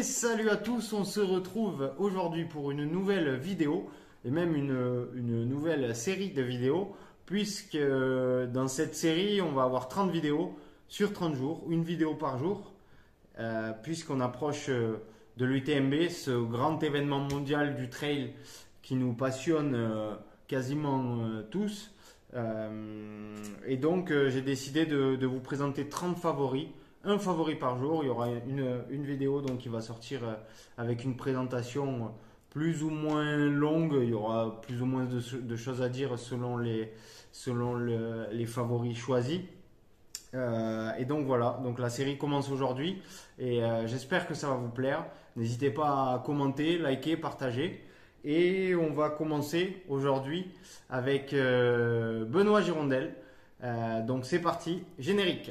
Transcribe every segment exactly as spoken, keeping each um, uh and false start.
salut à tous, on se retrouve aujourd'hui pour une nouvelle vidéo et même une, une nouvelle série de vidéos puisque dans cette série on va avoir trente vidéos sur trente jours, une vidéo par jour euh, puisqu'on approche de l'U T M B, ce grand événement mondial du trail qui nous passionne euh, quasiment euh, tous. Euh, et donc euh, j'ai décidé de, de vous présenter trente favoris, un favori par jour. Il y aura une, une vidéo donc qui va sortir euh, avec une présentation plus ou moins longue. Il y aura plus ou moins de, de choses à dire selon les, selon le, les favoris choisis. Euh, et donc voilà, donc la série commence aujourd'hui et euh, j'espère que ça va vous plaire. N'hésitez pas à commenter, liker, partager. Et on va commencer aujourd'hui avec euh, Benoît Girondel. Euh, donc c'est parti, générique.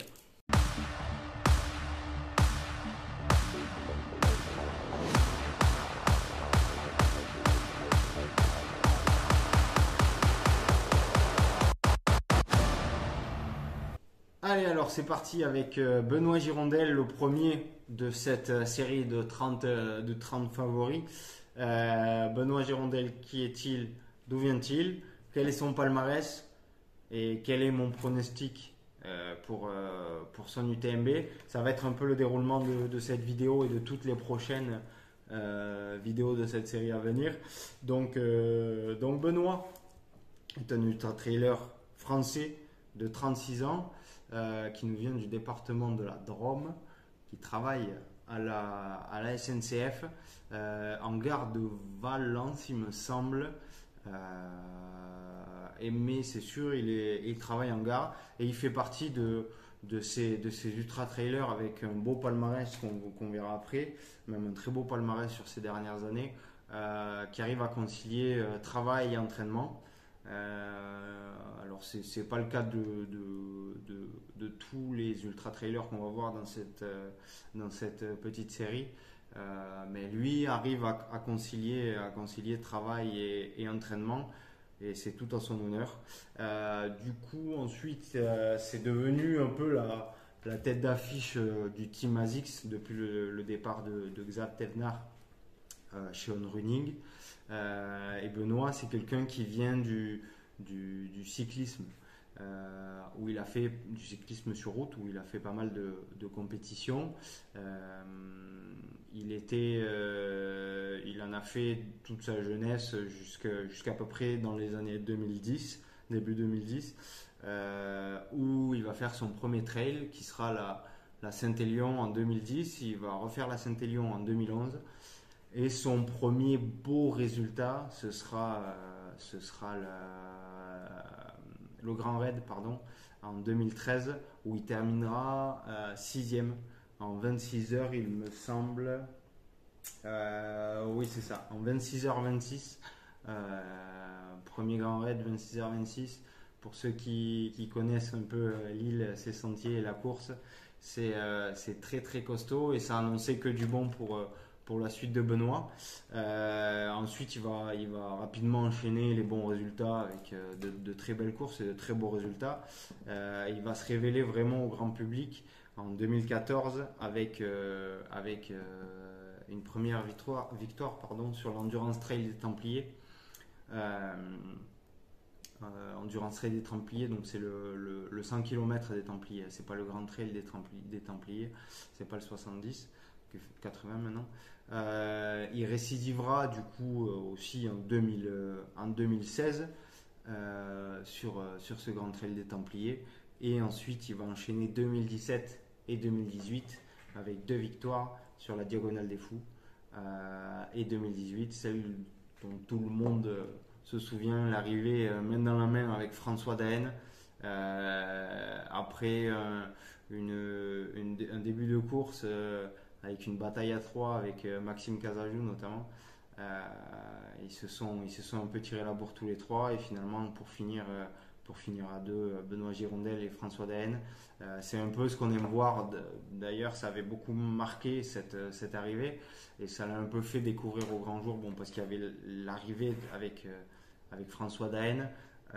Allez, alors c'est parti avec euh, Benoît Girondel, le premier de cette euh, série de trente, euh, de trente favoris. Euh, Benoît Girondel, qui est-il? D'où vient-il? Quel est son palmarès? Et quel est mon pronostic euh, pour, euh, pour son U T M B? Ça va être un peu le déroulement de, de cette vidéo et de toutes les prochaines euh, vidéos de cette série à venir. Donc, euh, donc Benoît est un ultra-trailer français de trente-six ans euh, qui nous vient du département de la Drôme, qui travaille à la, à la S N C F euh, en gare de Valence, il me semble. Euh, et, mais c'est sûr, il, est, il travaille en gare et il fait partie de, de ces, de ces ultra-trailers avec un beau palmarès qu'on qu'on verra après, même un très beau palmarès sur ces dernières années, euh, qui arrive à concilier euh, travail et entraînement. Euh, alors c'est c'est pas le cas de, de, de, de tous les ultra trailers qu'on va voir dans cette, euh, dans cette petite série, euh, mais lui arrive à, à concilier à concilier travail et, et entraînement et c'est tout à son honneur. Euh, du coup ensuite euh, c'est devenu un peu la, la tête d'affiche euh, du team ASICS depuis le, le départ de, de Xav Tevnar euh, chez On Running. Euh, et Benoît, c'est quelqu'un qui vient du, du, du cyclisme, euh, où il a fait du cyclisme sur route, où il a fait pas mal de, de compétitions. Euh, il était, euh, il en a fait toute sa jeunesse jusqu'à, jusqu'à peu près dans les années deux mille dix, début deux mille dix, euh, où il va faire son premier trail, qui sera la, la Saint-Élion en deux mille dix. Il va refaire la Saint-Élion en deux mille onze. Et son premier beau résultat, ce sera, euh, ce sera la, le Grand Raid pardon, en deux mille treize, où il terminera euh, sixième en vingt-six heures, il me semble. Euh, oui, c'est ça, en vingt-six heures vingt-six. Euh, premier Grand Raid, vingt-six heures vingt-six. Pour ceux qui, qui connaissent un peu l'île, ses sentiers et la course, c'est euh, c'est très très costaud et ça annonçait que du bon pour. Euh, pour la suite de Benoît. Euh, ensuite, il va, il va rapidement enchaîner les bons résultats avec euh, de, de très belles courses et de très beaux résultats. Euh, il va se révéler vraiment au grand public en deux mille quatorze avec, euh, avec euh, une première victoire, victoire pardon, sur l'Endurance Trail des Templiers. Euh, euh, Endurance Trail des Templiers, donc c'est le, le, le cent kilomètres des Templiers, c'est pas le Grand Trail des Templiers, des Templiers, c'est pas le soixante-dix, quatre-vingts maintenant. Euh, il récidivera du coup euh, aussi en, deux mille, euh, en deux mille seize euh, sur, euh, sur ce Grand Trail des Templiers, et ensuite il va enchaîner deux mille dix-sept et deux mille dix-huit avec deux victoires sur la Diagonale des Fous, euh, et deux mille dix-huit, celle dont tout le monde euh, se souvient, l'arrivée euh, main dans la main avec François Daen, euh, après euh, une, une, un début de course euh, avec une bataille à trois avec euh, Maxime Casajou notamment. Euh, ils se sont ils se sont un peu tiré la bourre tous les trois et finalement pour finir euh, pour finir à deux, Benoît Girondel et François Daen. Euh, c'est un peu ce qu'on aime voir. D'ailleurs, ça avait beaucoup marqué cette, cette arrivée et ça l'a un peu fait découvrir au grand jour. Bon, parce qu'il y avait l'arrivée avec, euh, avec François Daen,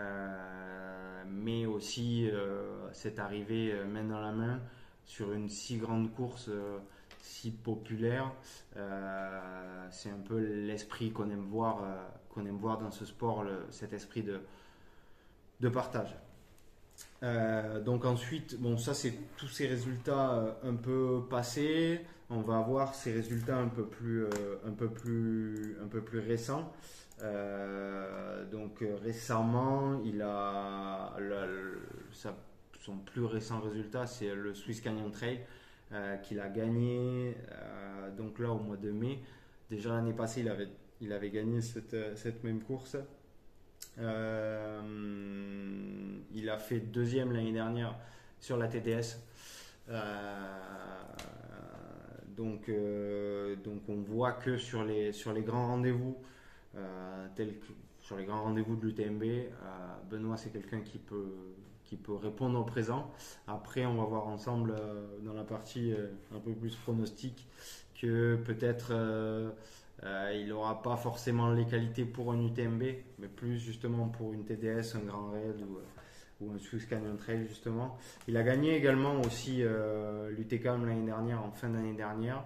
euh, mais aussi euh, cette arrivée euh, main dans la main sur une si grande course. Euh, si populaire. Euh, c'est un peu l'esprit qu'on aime voir, euh, qu'on aime voir dans ce sport, le, cet esprit de, de partage. Euh, donc ensuite, bon, ça c'est tous ces résultats euh, un peu passés. On va avoir ces résultats un peu plus, euh, un peu plus, un peu plus récents. Euh, donc euh, récemment, il a le- le- sa- son plus récent résultat, c'est le Swiss Canyon Trail euh, qu'il a gagné. Euh, donc là, au mois de mai, déjà l'année passée, il avait, il avait gagné cette, cette même course. Euh, il a fait deuxième l'année dernière sur la T D S. Euh, donc, euh, donc on voit que sur les, sur les grands rendez-vous, euh, tels que sur les grands rendez-vous de l'U T M B, euh, Benoît c'est quelqu'un qui peut, qui peut répondre au présent. Après on va voir ensemble euh, dans la partie euh, un peu plus pronostique que peut-être euh, euh, il n'aura pas forcément les qualités pour un U T M B, mais plus justement pour une T D S, un Grand Raid ou, ou un Swiss Canyon Trail justement. Il a gagné également aussi euh, l'U T C A M l'année dernière, en fin d'année dernière.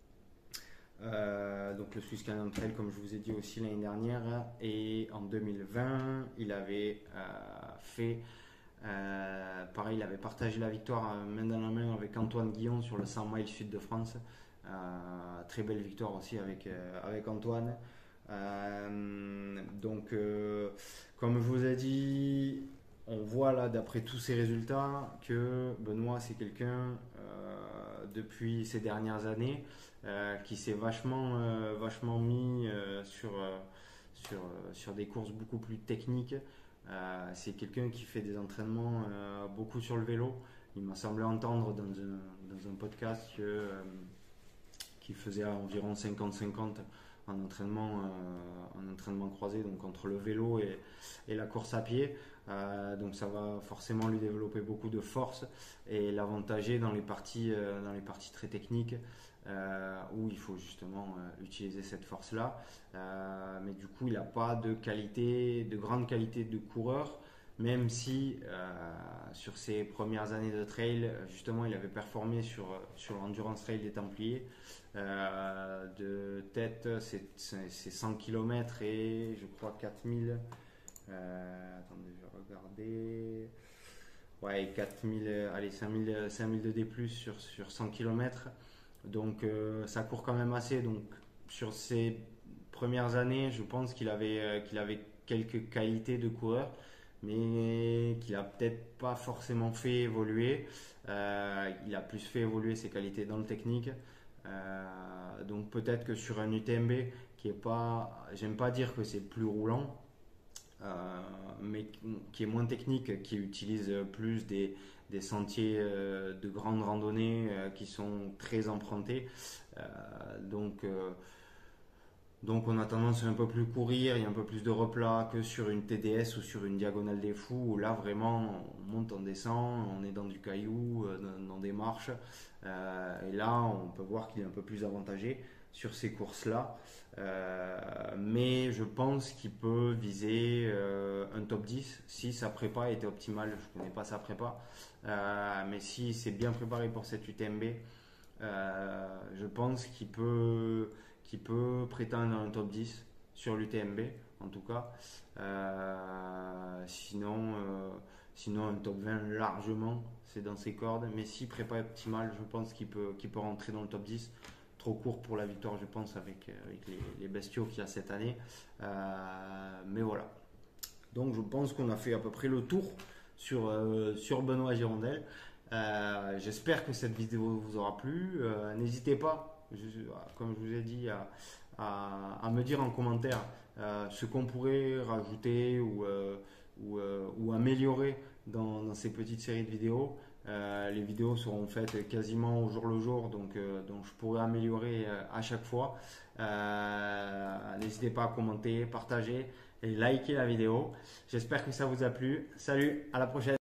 Euh, donc le Swiss Canyon Trail comme je vous ai dit aussi l'année dernière, et en deux mille vingt il avait euh, fait euh, pareil, il avait partagé la victoire euh, main dans la main avec Antoine Guillon sur le cent miles sud de France. Euh, très belle victoire aussi avec, euh, avec Antoine. Euh, donc, euh, comme je vous ai dit, on voit là, d'après tous ces résultats, que Benoît, c'est quelqu'un, euh, depuis ces dernières années, euh, qui s'est vachement, euh, vachement mis euh, sur, euh, sur, euh, sur des courses beaucoup plus techniques. Euh, c'est quelqu'un qui fait des entraînements euh, beaucoup sur le vélo. Il m'a semblé entendre dans un, dans un podcast que, euh, qu'il faisait environ cinquante cinquante en entraînement, euh, en entraînement croisé, donc entre le vélo et, et la course à pied. Euh, donc ça va forcément lui développer beaucoup de force et l'avantager dans les parties, euh, dans les parties très techniques euh, où il faut justement euh, utiliser cette force-là. Euh, mais du coup, il n'a pas de qualité, de grande qualité de coureur, même si euh, sur ses premières années de trail, justement, il avait performé sur, sur l'Endurance Trail des Templiers. Euh, de tête, c'est, c'est cent kilomètres et je crois quatre mille. Euh, attendez, je vais regarder. Ouais, quatre mille, allez, cinq mille, cinq mille de D plus sur, sur cent kilomètres. Donc euh, ça court quand même assez. Donc sur ses premières années, je pense qu'il avait, euh, qu'il avait quelques qualités de coureur, mais qu'il a peut-être pas forcément fait évoluer. Euh, il a plus fait évoluer ses qualités dans le technique. Euh, donc peut-être que sur un U T M B qui est pas, j'aime pas dire que c'est plus roulant, euh, mais qui est moins technique, qui utilise plus des, des sentiers euh, de grande randonnée euh, qui sont très empruntés. Euh, donc, euh, donc on a tendance à un peu plus courir, il y a un peu plus de replat que sur une T D S ou sur une diagonale des fous où là vraiment on monte, on descend, on est dans du caillou, euh, dans, dans des marches. Euh, et là on peut voir qu'il est un peu plus avantagé sur ces courses-là. Euh, mais je pense qu'il peut viser euh, un top dix si sa prépa était optimale. Je ne connais pas sa prépa, euh, mais si c'est bien préparé pour cette U T M B, euh, je pense qu'il peut, qu'il peut prétendre à un top dix sur l'U T M B en tout cas. Euh, sinon, euh, sinon un top vingt largement, c'est dans ses cordes. Mais si prépa est optimale, je pense qu'il peut, qu'il peut rentrer dans le top dix. Trop court pour la victoire, je pense, avec, avec les, les bestiaux qu'il y a cette année. Euh, mais voilà. Donc je pense qu'on a fait à peu près le tour sur, euh, sur Benoît Girondel. Euh, j'espère que cette vidéo vous aura plu. Euh, n'hésitez pas, je, comme je vous ai dit, à, à, à me dire en commentaire euh, ce qu'on pourrait rajouter ou, euh, ou, euh, ou améliorer dans, dans ces petites séries de vidéos. Euh, les vidéos seront faites quasiment au jour le jour, donc, euh, donc je pourrai améliorer euh, à chaque fois. Euh, n'hésitez pas à commenter, partager et liker la vidéo. J'espère que ça vous a plu. Salut, à la prochaine.